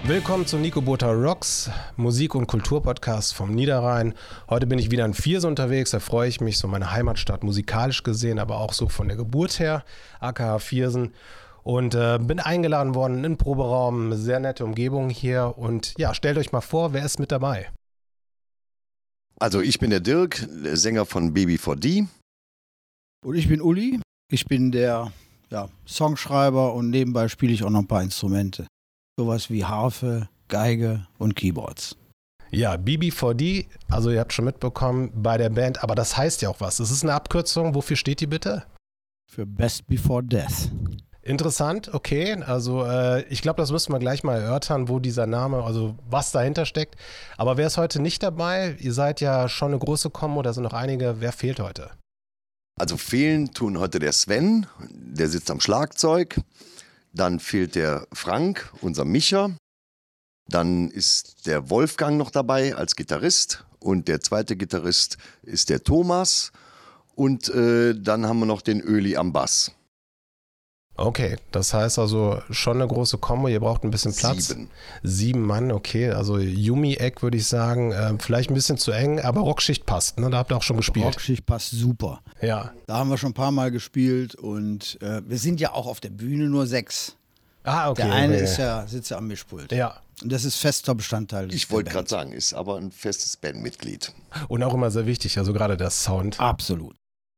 Willkommen zu Nico Botha Rocks, Musik- und Kulturpodcast vom Niederrhein. Heute bin ich wieder in Viersen unterwegs, da freue ich mich, so meine Heimatstadt musikalisch gesehen, aber auch so von der Geburt her, aka Viersen. Und bin eingeladen worden in den Proberaum, sehr nette Umgebung hier. Und ja, stellt euch mal vor, wer ist mit dabei? Also ich bin der Dirk, der Sänger von Baby4D. Und ich bin Uli, ich bin der Songschreiber und nebenbei spiele ich auch noch ein paar Instrumente. Sowas wie Harfe, Geige und Keyboards. Ja, Baby4D, also ihr habt schon mitbekommen bei der Band, aber das heißt ja auch was. Das ist eine Abkürzung, wofür steht die bitte? Für Best Before Death. Interessant, okay. Also ich glaube, das müssen wir gleich mal erörtern, wo dieser Name, also was dahinter steckt. Aber wer ist heute nicht dabei? Ihr seid ja schon eine große Kombo, da sind noch einige. Wer fehlt heute? Also fehlen tun heute der Sven, der sitzt am Schlagzeug. Dann fehlt der Frank, unser Micha. Dann ist der Wolfgang noch dabei als Gitarrist. Und der zweite Gitarrist ist der Thomas. Und dann haben wir noch den Öli am Bass. Okay, das heißt also schon eine große Kombo, ihr braucht ein bisschen Platz. 7 Mann, okay, also Yumi-Eck würde ich sagen, vielleicht ein bisschen zu eng, aber Rockschicht passt, ne? Da habt ihr auch schon gespielt. Rockschicht passt super. Ja. Da haben wir schon ein paar Mal gespielt und wir sind ja auch auf der Bühne nur 6. Ah, okay. Der eine sitzt ja am Mischpult. Ja. Und das ist fester Bestandteil. Ich wollte gerade sagen, ist aber ein festes Bandmitglied. Und auch immer sehr wichtig, also gerade der Sound. Absolut.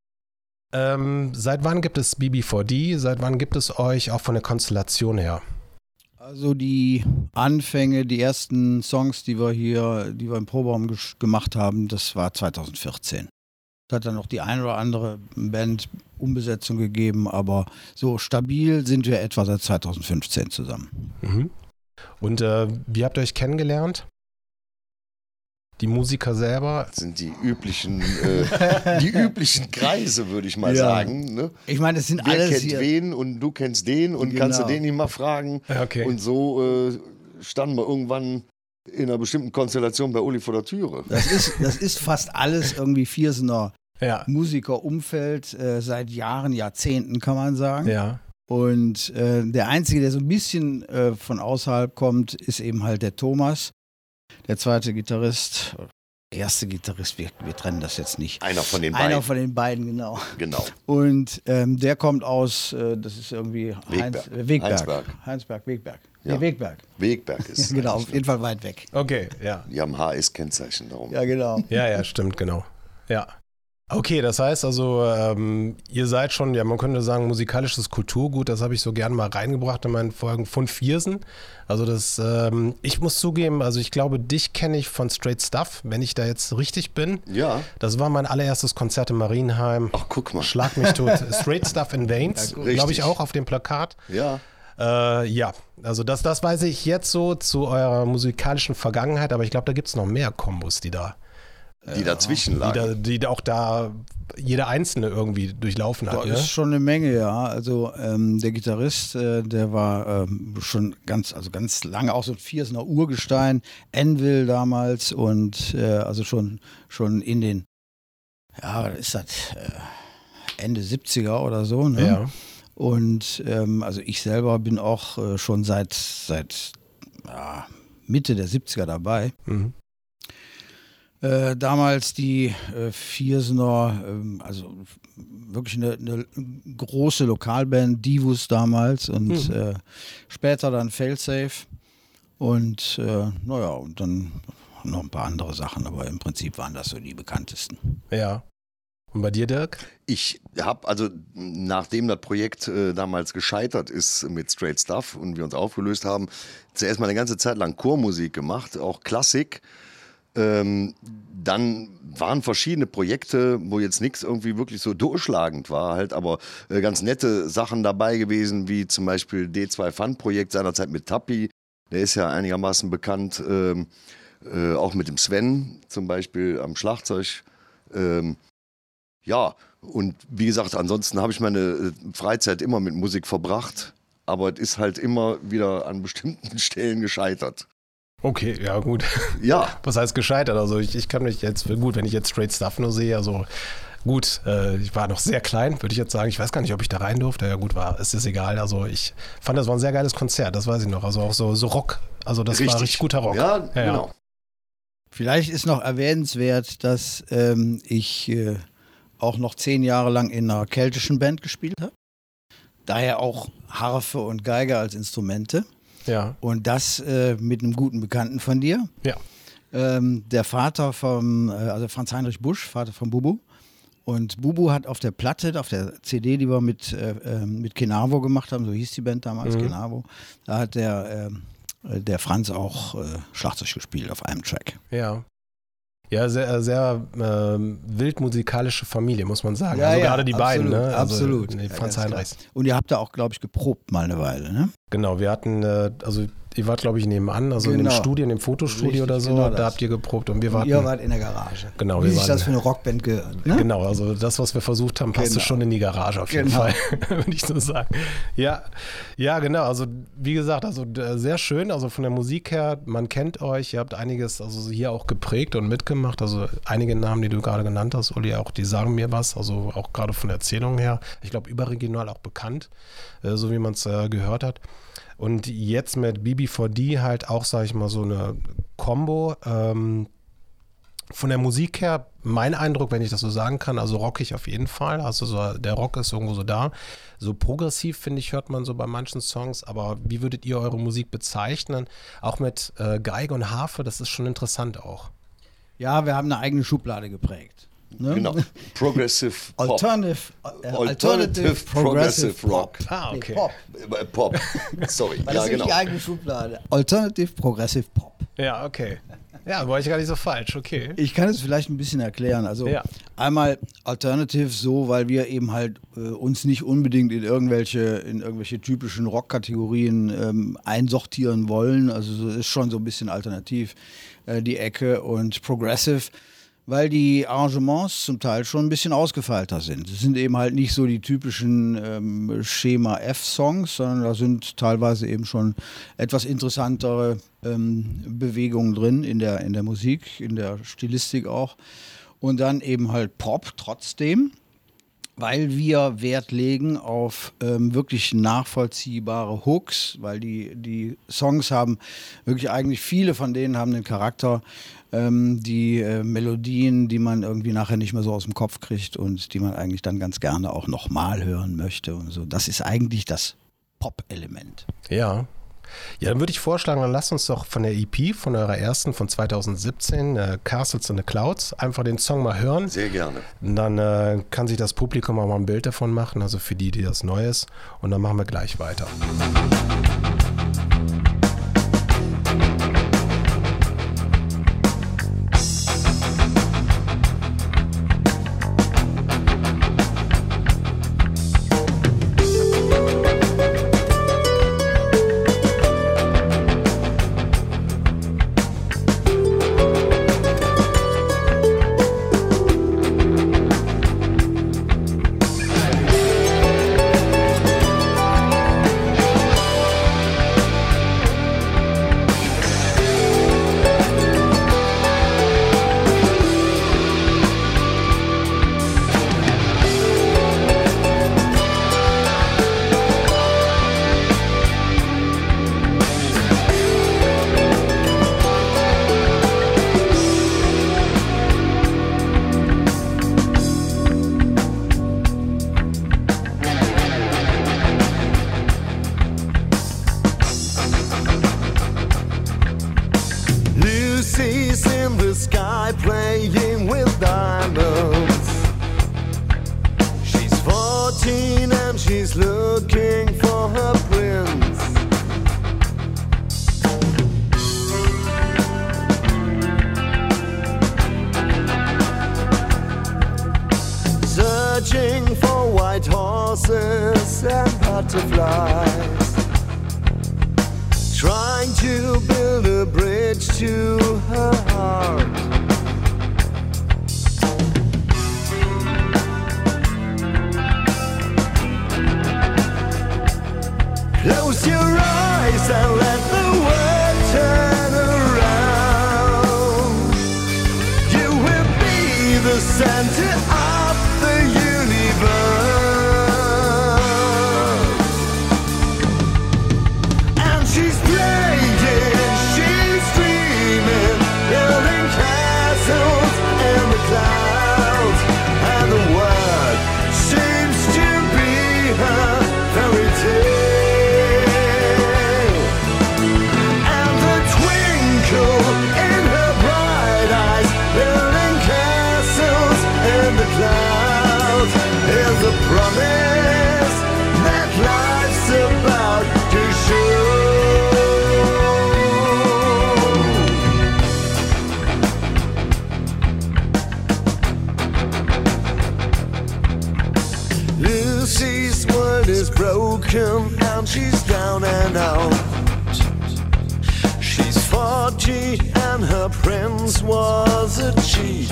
Seit wann gibt es Baby4D? Seit wann gibt es euch auch von der Konstellation her? Also die Anfänge, die ersten Songs, die wir im Proberaum gemacht haben, das war 2014. Es hat dann noch die ein oder andere Band-Umbesetzung gegeben, aber so stabil sind wir etwa seit 2015 zusammen. Mhm. Und wie habt ihr euch kennengelernt? Die Musiker selber? Das sind die üblichen Kreise, würde ich mal sagen. Ne? Ich meine, das sind Wer alles kennt hier. wen und du kennst den und kannst du den nicht mal fragen. Okay. Und so standen wir irgendwann in einer bestimmten Konstellation bei Uli vor der Türe. Das ist fast alles irgendwie Viersener Musikerumfeld seit Jahren, Jahrzehnten, kann man sagen. Ja. Und der Einzige, der so ein bisschen von außerhalb kommt, ist eben halt der Thomas. Der zweite Gitarrist, der erste Gitarrist, wir trennen das jetzt nicht. Einer von den beiden. Einer von den beiden, genau. Genau. Und der kommt aus, das ist irgendwie Heinsberg. Wegberg. Ja. Nee, Wegberg. Wegberg ist Genau, auf jeden Fall weit weg. Okay, ja. Die haben HS-Kennzeichen darum. Ja, genau. Ja, stimmt, genau. Ja. Okay, das heißt also, ihr seid schon, ja, man könnte sagen, musikalisches Kulturgut, das habe ich so gern mal reingebracht in meinen Folgen von Viersen. Also das, ich muss zugeben, also ich glaube, dich kenne ich von Straight Stuff, wenn ich da jetzt richtig bin. Ja. Das war mein allererstes Konzert in Marienheim. Ach, guck mal. Schlag mich tot. Straight Stuff in Veins, Ja, glaube ich auch auf dem Plakat. Ja. Ja, also das weiß ich jetzt so zu eurer musikalischen Vergangenheit, aber ich glaube, da gibt es noch mehr Kombos, die dazwischen lagen. Die auch da jeder Einzelne irgendwie durchlaufen hat. Das ist schon eine Menge, ja. Also der Gitarrist, der war schon ganz lange auch so ein Viersener Urgestein, Anvil damals und also schon in den, was ist das, Ende 70er oder so. Ne? Ja. Und also ich selber bin auch schon seit Mitte der 70er dabei. Mhm. Damals die Viersener, also wirklich eine große Lokalband, Divus damals und später dann Failsafe und und dann noch ein paar andere Sachen, aber im Prinzip waren das so die bekanntesten. Ja. Und bei dir, Dirk? Ich habe also, nachdem das Projekt damals gescheitert ist mit Straight Stuff und wir uns aufgelöst haben, zuerst mal eine ganze Zeit lang Chormusik gemacht, auch Klassik. Dann waren verschiedene Projekte, wo jetzt nichts irgendwie wirklich so durchschlagend war, halt aber ganz nette Sachen dabei gewesen, wie zum Beispiel D2 Fun-Projekt seinerzeit mit Tappi, der ist ja einigermaßen bekannt, auch mit dem Sven zum Beispiel am Schlagzeug. Ja, und wie gesagt, ansonsten habe ich meine Freizeit immer mit Musik verbracht, aber es ist halt immer wieder an bestimmten Stellen gescheitert. Okay, ja gut. Ja. Was heißt gescheitert? Also ich kann mich jetzt, gut, wenn ich jetzt Straight Stuff nur sehe, also Gut, ich war noch sehr klein, würde ich jetzt sagen. Ich weiß gar nicht, ob ich da rein durfte. Ja gut, es ist egal. Also ich fand, das war ein sehr geiles Konzert, das weiß ich noch. Also auch so Rock. Also das war richtig guter Rock. Ja, genau. Vielleicht ist noch erwähnenswert, dass ich auch noch 10 Jahre lang in einer keltischen Band gespielt habe. Daher auch Harfe und Geige als Instrumente. Ja. Und das mit einem guten Bekannten von dir. Ja. Der Vater also Franz Heinrich Busch, Vater von Bubu. Und Bubu hat auf der Platte, auf der CD, die wir mit Kenavo gemacht haben, so hieß die Band damals, Kenavo, da hat der Franz auch Schlagzeug gespielt auf einem Track. Ja. Ja, sehr, sehr wild musikalische Familie, muss man sagen. Ja, also ja, gerade die beiden, ne? Also, absolut. Franz Heinrichs. Und ihr habt da auch, glaube ich, geprobt mal eine Weile, ne? Genau, wir hatten, ihr wart, glaube ich, nebenan, also in dem Studio, in dem Fotostudio Richtig, oder so, genau da habt ihr geprobt und wir warten. Ihr wart in der Garage. Genau, wie wir sich waren, das für eine Rockband gehört. Ne? Genau, also das, was wir versucht haben, passte schon in die Garage auf jeden Fall, würde ich so sagen. Ja, genau, also wie gesagt, also sehr schön, also von der Musik her, man kennt euch, ihr habt einiges also hier auch geprägt und mitgemacht, also einige Namen, die du gerade genannt hast, Uli, auch die sagen mir was, also auch gerade von der Erzählung her, ich glaube überregional auch bekannt, so wie man es gehört hat. Und jetzt mit BB4D halt auch, sage ich mal, so eine Kombo. Von der Musik her, mein Eindruck, wenn ich das so sagen kann, also rockig auf jeden Fall. Also so, der Rock ist irgendwo so da. So progressiv, finde ich, hört man so bei manchen Songs. Aber wie würdet ihr eure Musik bezeichnen? Auch mit Geige und Harfe, das ist schon interessant auch. Ja, wir haben eine eigene Schublade geprägt. Ne? Genau. Progressive Pop. Alternative Progressive Rock. Ah, okay. Nee, Pop. Pop. Sorry. Das Ja, ist genau. nicht die eigene Schublade. Alternative Progressive Pop. Ja, okay. Ja, war ich gar nicht so falsch, okay. Ich kann es vielleicht ein bisschen erklären. Also einmal Alternative so, weil wir eben halt uns nicht unbedingt in irgendwelche typischen Rockkategorien einsortieren wollen. Also es ist schon so ein bisschen alternativ die Ecke, und Progressive, weil die Arrangements zum Teil schon ein bisschen ausgefeilter sind. Es sind eben halt nicht so die typischen Schema-F-Songs, sondern da sind teilweise eben schon etwas interessantere Bewegungen drin in der Musik, in der Stilistik auch. Und dann eben halt Pop trotzdem, weil wir Wert legen auf wirklich nachvollziehbare Hooks, weil die Songs haben wirklich, eigentlich viele von denen haben den Charakter, die Melodien, die man irgendwie nachher nicht mehr so aus dem Kopf kriegt und die man eigentlich dann ganz gerne auch nochmal hören möchte und so. Das ist eigentlich das Pop-Element. Ja. Ja, dann würde ich vorschlagen, dann lasst uns doch von der EP, von eurer ersten, von 2017, Castles in the Clouds, einfach den Song mal hören. Sehr gerne. Und dann kann sich das Publikum auch mal ein Bild davon machen, also für die das neu ist. Und dann machen wir gleich weiter. Lucy's in the sky playing with diamonds. She's 14 and she's looking for her prince. Searching for white horses and butterflies, trying to build a bridge to her heart. Close your eyes and let the world turn around. You will be the center of her prince was a cheat.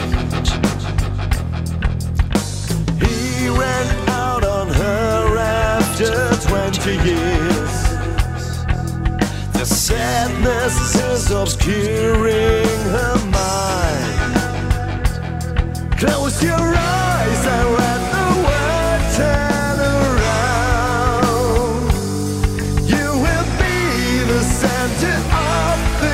He ran out on her after 20 years. The sadness is obscuring her mind. Close your eyes and let the world turn around. You will be the center of the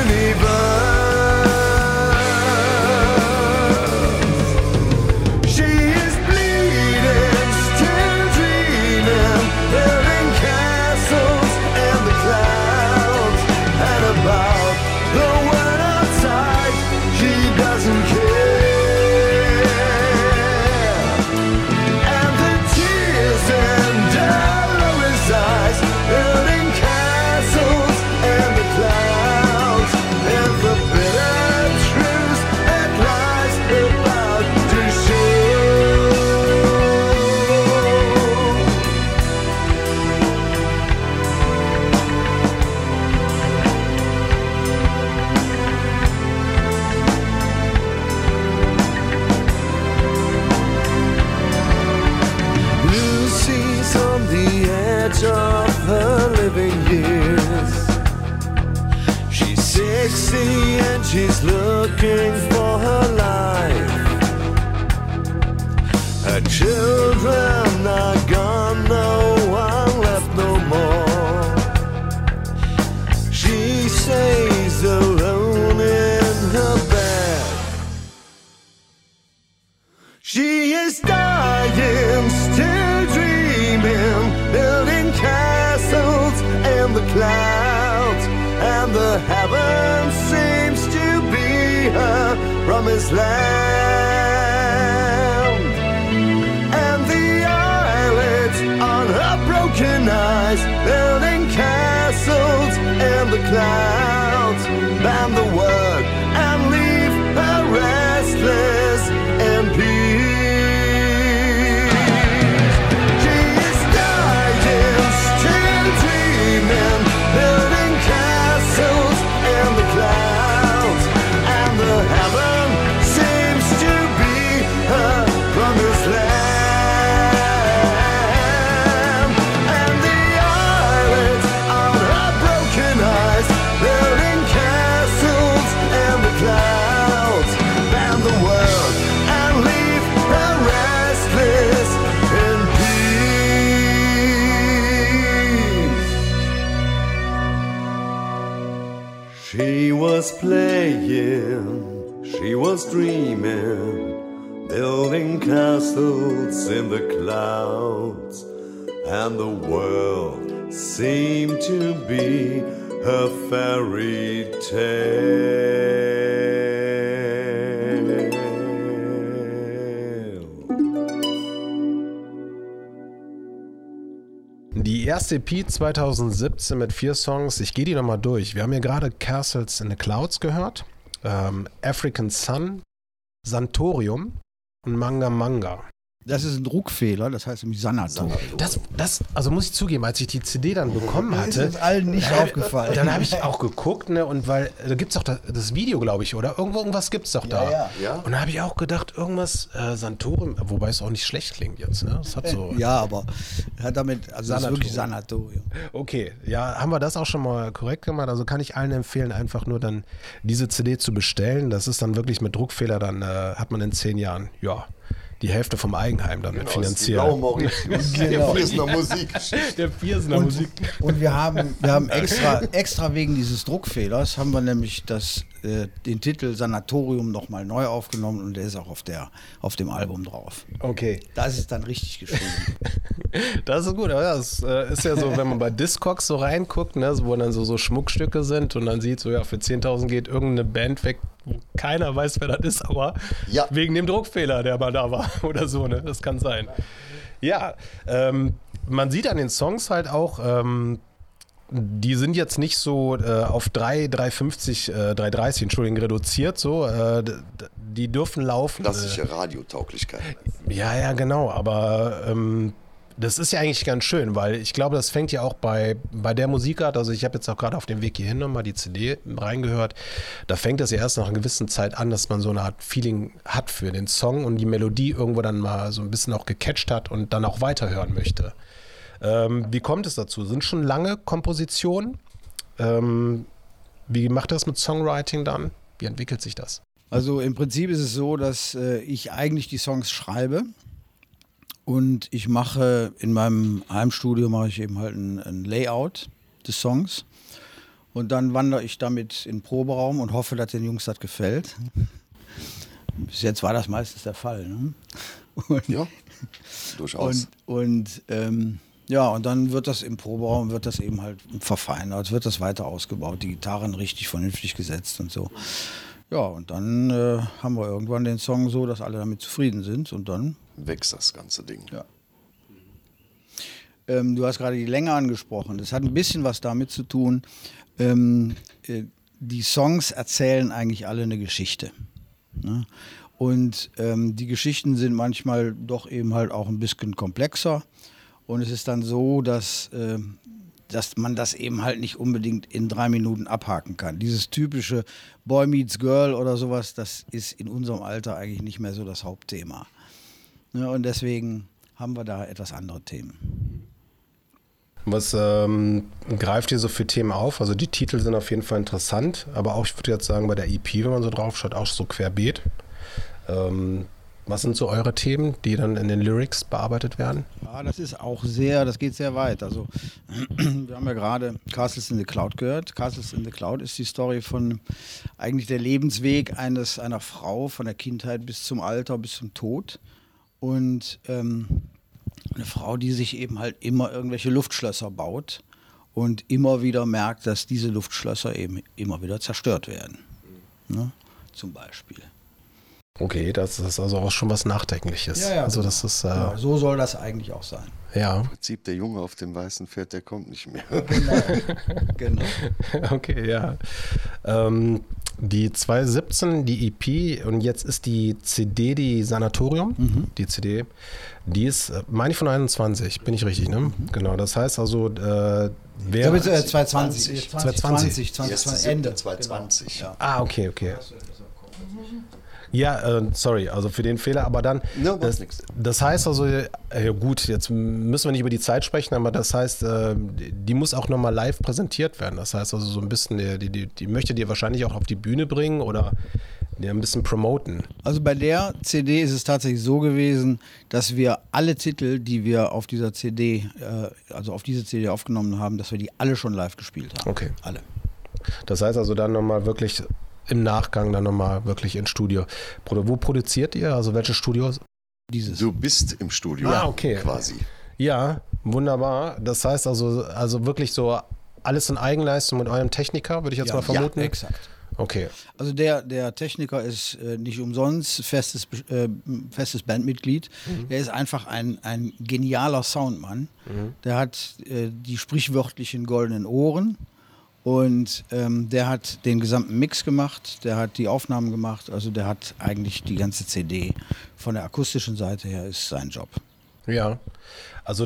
universe. She is bleeding, still dreaming, building castles in the clouds. And about the world outside, she doesn't care. And the tears in Dolores' eyes, building castles in the clouds. And the bitter truth that lies about to show. Lucy's on the edge of her living years. She's 60 and she's looking for her life. Her children are gone, no one left no more. She stays alone in her bed. She is dying, still dreaming, building castles in the clouds. And the heaven seems to be her promised land. And the eyelids on her broken eyes, building castles in the clouds. Ban the word and leave her restless in peace. She is dying, still dreaming, building castles in the clouds. And the heaven seems to be her promised land. And the eyelids on her broken eyes, building castles in the clouds. Ban the world and leave her restless in peace. She was playing, she was dreaming, building castles in the clouds. And the world seemed to be her fairy tale. Die erste EP 2017 mit 4 Songs. Ich gehe die nochmal durch. Wir haben hier gerade Castles in the Clouds gehört, African Sun, Santorium und Manga Manga. Das ist ein Druckfehler, das heißt nämlich Sanatorium. Also muss ich zugeben, als ich die CD dann bekommen hatte, ist allen nicht aufgefallen. Dann habe ich auch geguckt, ne, und weil da gibt es doch das Video, glaube ich, oder? Irgendwas gibt es doch da. Ja. Und da habe ich auch gedacht, irgendwas Santorium, wobei es auch nicht schlecht klingt jetzt, ne? Das hat so. Ja, aber hat damit, also das ist wirklich Sanatorium. Okay, ja, haben wir das auch schon mal korrekt gemacht? Also kann ich allen empfehlen, einfach nur dann diese CD zu bestellen. Das ist dann wirklich mit Druckfehler, dann hat man in 10 Jahren, ja, die Hälfte vom Eigenheim damit finanziert. Die blaue Mauritius, der Viersener Musik. Der Viersener Musik. Und wir haben extra wegen dieses Druckfehlers haben wir nämlich den Titel Sanatorium nochmal neu aufgenommen und der ist auch auf dem Album drauf. Okay. Das ist dann richtig geschrieben. Das ist gut, aber ja, das ist ja so, wenn man bei Discogs so reinguckt, ne, wo dann so Schmuckstücke sind und dann sieht so, ja, für 10.000 geht irgendeine Band weg, wo keiner weiß, wer das ist, aber wegen dem Druckfehler, der mal da war oder so, ne, das kann sein. Ja, man sieht an den Songs halt auch, die sind jetzt nicht so auf 3,50, 3,30, Entschuldigung, reduziert, so, die dürfen laufen. Klassische Radiotauglichkeit. Ja, genau, aber Das ist ja eigentlich ganz schön, weil ich glaube, das fängt ja auch bei der Musikart, also ich habe jetzt auch gerade auf dem Weg hierhin nochmal die CD reingehört, da fängt das ja erst nach einer gewissen Zeit an, dass man so eine Art Feeling hat für den Song und die Melodie irgendwo dann mal so ein bisschen auch gecatcht hat und dann auch weiterhören möchte. Wie kommt es dazu? Sind schon lange Kompositionen? Wie macht ihr das mit Songwriting dann? Wie entwickelt sich das? Also im Prinzip ist es so, dass ich eigentlich die Songs schreibe. Und ich mache in meinem Heimstudio eben halt ein Layout des Songs. Und dann wandere ich damit in den Proberaum und hoffe, dass den Jungs das gefällt. Bis jetzt war das meistens der Fall. Ne? Ja, durchaus. Und dann wird das im Proberaum eben halt verfeinert, wird das weiter ausgebaut, die Gitarren richtig vernünftig gesetzt und so. Ja, und dann haben wir irgendwann den Song so, dass alle damit zufrieden sind und dann wächst das ganze Ding. Ja. Du hast gerade die Länge angesprochen. Das hat ein bisschen was damit zu tun. Die Songs erzählen eigentlich alle eine Geschichte. Ne? Und die Geschichten sind manchmal doch eben halt auch ein bisschen komplexer. Und es ist dann so, dass man das eben halt nicht unbedingt in 3 Minuten abhaken kann. Dieses typische Boy meets Girl oder sowas, das ist in unserem Alter eigentlich nicht mehr so das Hauptthema. Ja, und deswegen haben wir da etwas andere Themen. Was greift ihr so für Themen auf? Also die Titel sind auf jeden Fall interessant, aber auch, ich würde jetzt sagen, bei der EP, wenn man so drauf schaut, auch so querbeet. Was sind so eure Themen, die dann in den Lyrics bearbeitet werden? Ja, das geht sehr weit. Also wir haben ja gerade Castles in the Cloud gehört. Castles in the Cloud ist die Story von eigentlich der Lebensweg einer Frau von der Kindheit bis zum Alter, bis zum Tod. Und eine Frau, die sich eben halt immer irgendwelche Luftschlösser baut und immer wieder merkt, dass diese Luftschlösser eben immer wieder zerstört werden. Ne? Zum Beispiel. Okay, das ist also auch schon was Nachdenkliches. Ja, also das ist, genau, so soll das eigentlich auch sein. Ja. Im Prinzip der Junge auf dem weißen Pferd, der kommt nicht mehr. Genau. Okay, ja. Die 2017, die EP und jetzt ist die CD, die Sanatorium, die CD, die ist, meine ich, von 21, bin ich richtig, ne? Genau, das heißt also, wer... 2020, Ende 2020. Genau. Ja. Ah, okay. Ja, sorry, also für den Fehler, aber dann, das heißt also, gut, jetzt müssen wir nicht über die Zeit sprechen, aber das heißt, die muss auch nochmal live präsentiert werden. Das heißt also so ein bisschen, die möchtet ihr wahrscheinlich auch auf die Bühne bringen oder ein bisschen promoten. Also bei der CD ist es tatsächlich so gewesen, dass wir alle Titel, die wir auf dieser CD, auf diese CD aufgenommen haben, dass wir die alle schon live gespielt haben. Okay. Alle. Das heißt also dann nochmal wirklich im Nachgang dann nochmal wirklich ins Studio. Wo produziert ihr? Also welche Studios? Du bist im Studio okay. Quasi. Ja, wunderbar. Das heißt also wirklich so alles in Eigenleistung mit eurem Techniker, würde ich jetzt mal vermuten? Ja, exakt. Okay. Also der Techniker ist nicht umsonst festes Bandmitglied. Der ist einfach ein genialer Soundmann. Der hat die sprichwörtlichen goldenen Ohren. Und der hat den gesamten Mix gemacht, der hat die Aufnahmen gemacht, also der hat eigentlich die ganze CD. Von der akustischen Seite her ist sein Job. Ja, also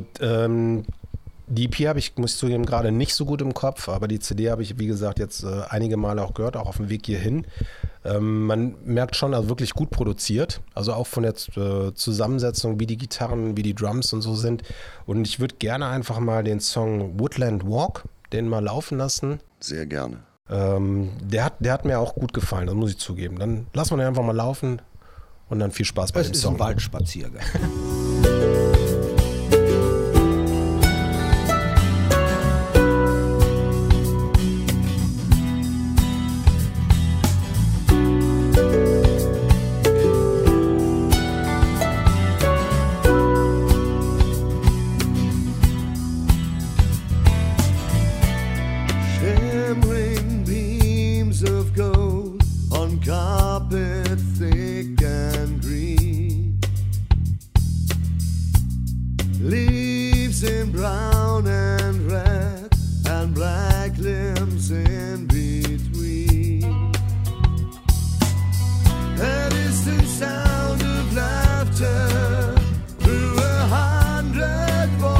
die EP habe ich, muss ich zugeben, gerade nicht so gut im Kopf, aber die CD habe ich, wie gesagt, jetzt einige Male auch gehört, auch auf dem Weg hierhin. Man merkt schon, also wirklich gut produziert, also auch von der Zusammensetzung, wie die Gitarren, wie die Drums und so sind. Und ich würde gerne einfach mal den Song Woodland Walk, den mal laufen lassen. Sehr gerne. Der hat mir auch gut gefallen, das muss ich zugeben. Dann lassen wir den einfach mal laufen und dann viel Spaß bei dem Song. Es ist ein Waldspaziergang. Sound of laughter through 100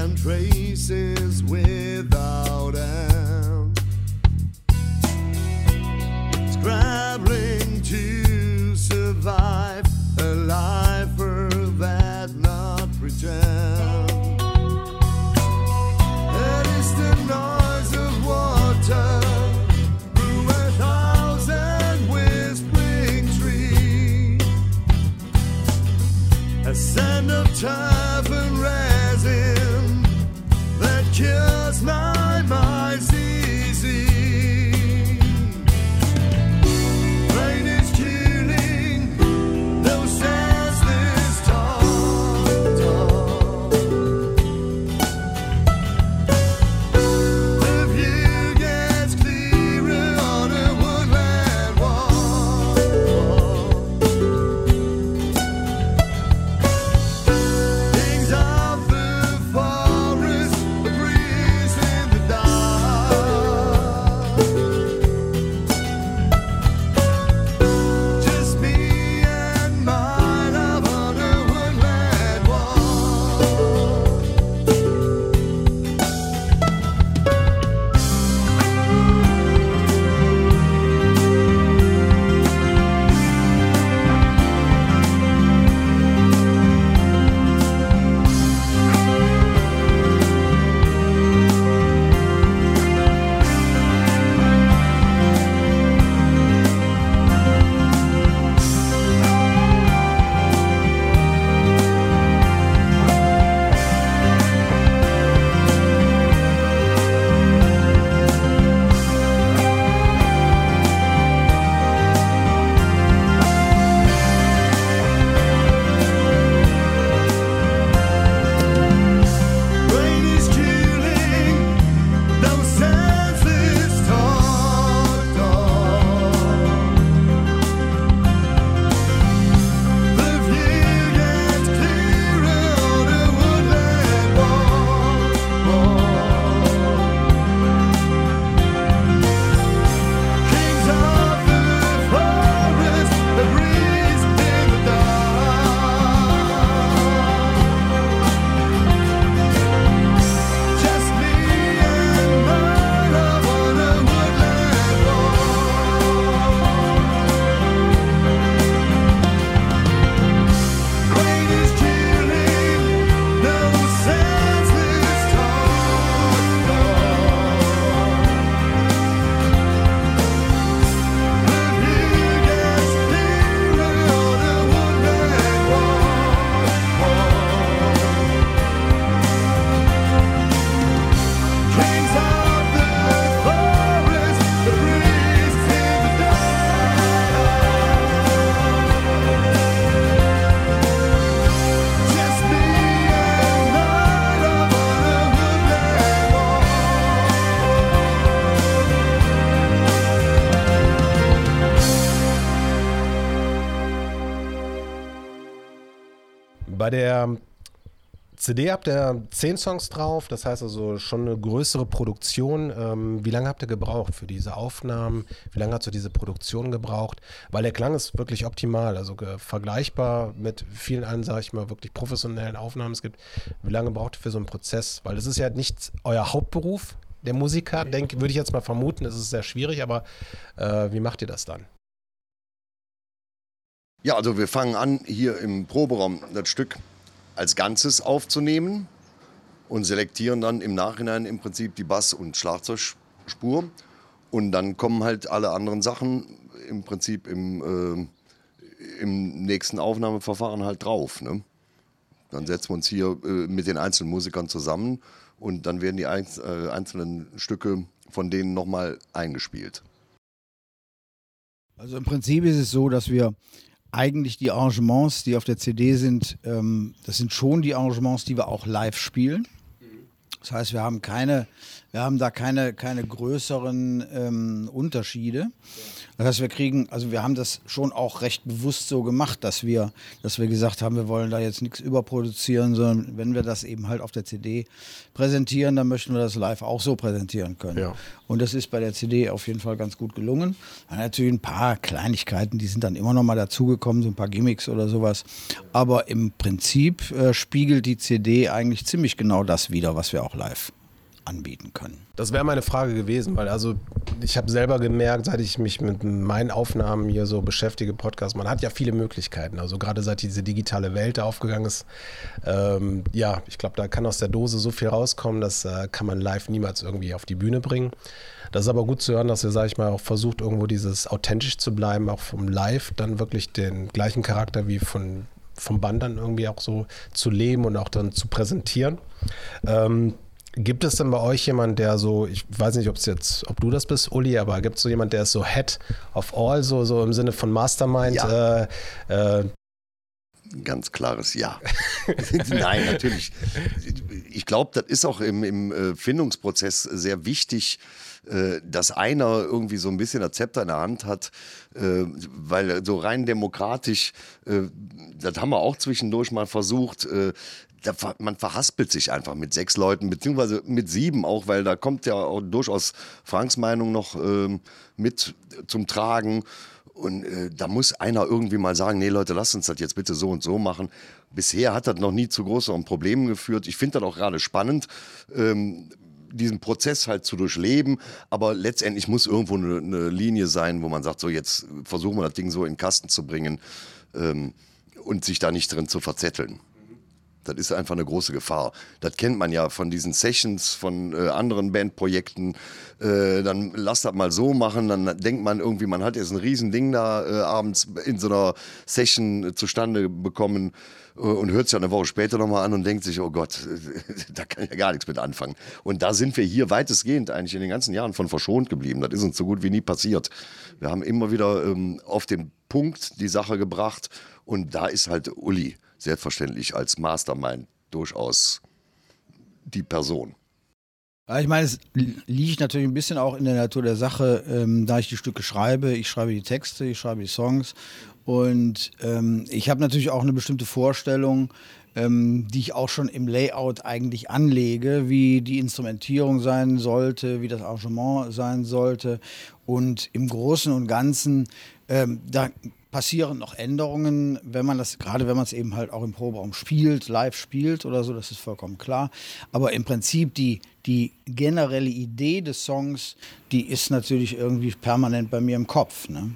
and traces without end, scrambling to survive a lifer that not pretend. It is the noise of water through a thousand whispering trees, a scent of turf and resin that cures my mind's easy. Rain is killing those senseless talk. The view gets clearer on a woodland walk. Things of the forest, the breeze in the dark. Just me and my love on a woodland walk. Rain is killing those senseless talk. The view gets clearer on a woodland walk. Kings of the forest, the breeze in the dark. Just me and my love on a woodland walk. Rain is killing those senseless talk. The view gets clearer on a woodland walk. Kings of the forest, the breeze in the dark. Just me and my love on a woodland walk. Bei der CD habt ihr 10 Songs drauf, das heißt also schon eine größere Produktion. Wie lange habt ihr gebraucht für diese Aufnahmen? Wie lange hat so diese Produktion gebraucht? Weil der Klang ist wirklich optimal, also vergleichbar mit vielen anderen, sage ich mal, wirklich professionellen Aufnahmen es gibt. Wie lange braucht ihr für so einen Prozess? Weil das ist ja nicht euer Hauptberuf, der Musiker, würde ich jetzt mal vermuten, das ist sehr schwierig, aber wie macht ihr das dann? Ja, also wir fangen an, hier im Proberaum das Stück als Ganzes aufzunehmen und selektieren dann im Nachhinein im Prinzip die Bass- und Schlagzeugspur. Und dann kommen halt alle anderen Sachen im Prinzip im nächsten Aufnahmeverfahren halt drauf. Ne? Dann setzen wir uns hier mit den einzelnen Musikern zusammen und dann werden die einzelnen Stücke von denen nochmal eingespielt. Also im Prinzip ist es so, dass wir eigentlich die Arrangements, die auf der CD sind, das sind schon die Arrangements, die wir auch live spielen. Das heißt, wir haben keine Wir haben da keine größeren Unterschiede. Das heißt, wir haben das schon auch recht bewusst so gemacht, dass wir gesagt haben, wir wollen da jetzt nichts überproduzieren, sondern wenn wir das eben halt auf der CD präsentieren, dann möchten wir das live auch so präsentieren können. Ja. Und das ist bei der CD auf jeden Fall ganz gut gelungen. Dann natürlich ein paar Kleinigkeiten, die sind dann immer noch mal dazugekommen, so ein paar Gimmicks oder sowas. Aber im Prinzip spiegelt die CD eigentlich ziemlich genau das wider, was wir auch live anbieten können. Das wäre meine Frage gewesen, weil also ich habe selber gemerkt, seit ich mich mit meinen Aufnahmen hier so beschäftige, Podcast, man hat ja viele Möglichkeiten, also gerade seit diese digitale Welt da aufgegangen ist, ich glaube, da kann aus der Dose so viel rauskommen, das kann man live niemals irgendwie auf die Bühne bringen. Das ist aber gut zu hören, dass ihr, sag ich mal, auch versucht, irgendwo dieses authentisch zu bleiben, auch vom Live dann wirklich den gleichen Charakter wie vom Band dann irgendwie auch so zu leben und auch dann zu präsentieren. Gibt es denn bei euch jemanden, der so, ich weiß nicht, ob du das bist, Uli, aber gibt es so jemanden, der ist so Head of All, so im Sinne von Mastermind? Ja. Ganz klares Ja. Nein, natürlich. Ich glaube, das ist auch im Findungsprozess sehr wichtig, dass einer irgendwie so ein bisschen das Zepter in der Hand hat, weil so rein demokratisch, das haben wir auch zwischendurch mal versucht, man verhaspelt sich einfach mit 6 Leuten, beziehungsweise mit 7 auch, weil da kommt ja auch durchaus Franks Meinung noch mit zum Tragen. Und da muss einer irgendwie mal sagen, nee Leute, lasst uns das jetzt bitte so und so machen. Bisher hat das noch nie zu größeren Problemen geführt. Ich finde das auch gerade spannend, diesen Prozess halt zu durchleben. Aber letztendlich muss irgendwo eine Linie sein, wo man sagt, so jetzt versuchen wir das Ding so in den Kasten zu bringen und sich da nicht drin zu verzetteln. Das ist einfach eine große Gefahr. Das kennt man ja von diesen Sessions, von anderen Bandprojekten. Dann lass das mal so machen, dann denkt man irgendwie, man hat jetzt ein Riesending da abends in so einer Session zustande bekommen und hört es ja eine Woche später nochmal an und denkt sich, oh Gott, da kann ich ja gar nichts mit anfangen. Und da sind wir hier weitestgehend eigentlich in den ganzen Jahren von verschont geblieben. Das ist uns so gut wie nie passiert. Wir haben immer wieder auf den Punkt die Sache gebracht und da ist halt Uli selbstverständlich als Mastermind durchaus die Person. Ja, ich meine, es liegt natürlich ein bisschen auch in der Natur der Sache, da ich die Stücke schreibe. Ich schreibe die Texte, ich schreibe die Songs und ich habe natürlich auch eine bestimmte Vorstellung, die ich auch schon im Layout eigentlich anlege, wie die Instrumentierung sein sollte, wie das Arrangement sein sollte. Und im Großen und Ganzen, da passieren noch Änderungen, gerade wenn man es eben halt auch im Proberaum spielt, live spielt oder so, das ist vollkommen klar. Aber im Prinzip die generelle Idee des Songs, die ist natürlich irgendwie permanent bei mir im Kopf, ne?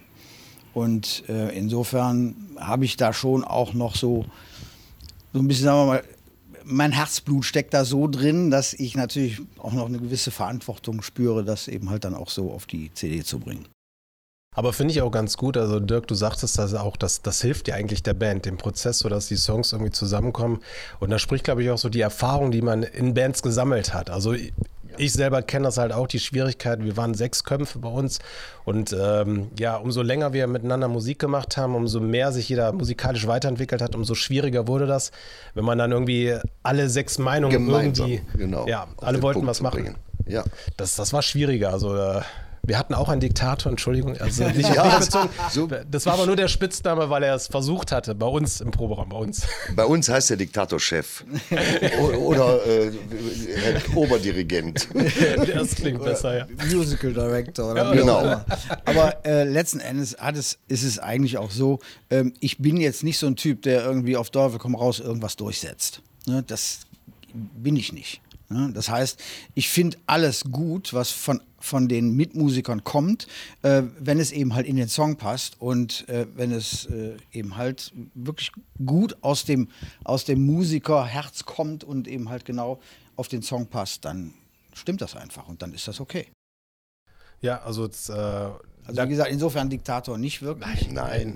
Und insofern habe ich da schon auch noch so ein bisschen, sagen wir mal, mein Herzblut steckt da so drin, dass ich natürlich auch noch eine gewisse Verantwortung spüre, das eben halt dann auch so auf die CD zu bringen. Aber finde ich auch ganz gut, also Dirk, du sagtest das auch, das hilft ja eigentlich der Band, dem Prozess, sodass die Songs irgendwie zusammenkommen. Und da spricht, glaube ich, auch so die Erfahrung, die man in Bands gesammelt hat. Also ich selber kenne das halt auch, die Schwierigkeiten. Wir waren 6 Köpfe bei uns und umso länger wir miteinander Musik gemacht haben, umso mehr sich jeder musikalisch weiterentwickelt hat, umso schwieriger wurde das, wenn man dann irgendwie alle 6 Meinungen gemeinsam, irgendwie, genau, alle wollten was machen. Bringen. Ja. Das war schwieriger, also wir hatten auch einen Diktator, Entschuldigung, also nicht bezogen. Das war aber nur der Spitzname, weil er es versucht hatte, bei uns im Proberaum, bei uns. Bei uns heißt der Diktator Chef oder Oberdirigent. Das klingt besser, ja. Musical Director. Oder genau. Aber letzten Endes ist es eigentlich auch so, ich bin jetzt nicht so ein Typ, der irgendwie auf Teufel komm raus irgendwas durchsetzt. Ne? Das bin ich nicht. Ne? Das heißt, ich finde alles gut, was von den Mitmusikern kommt, wenn es eben halt in den Song passt und wenn es eben halt wirklich gut aus dem Musikerherz kommt und eben halt genau auf den Song passt, dann stimmt das einfach und dann ist das okay. Ja, also wie gesagt, insofern Diktator nicht wirklich. Nein.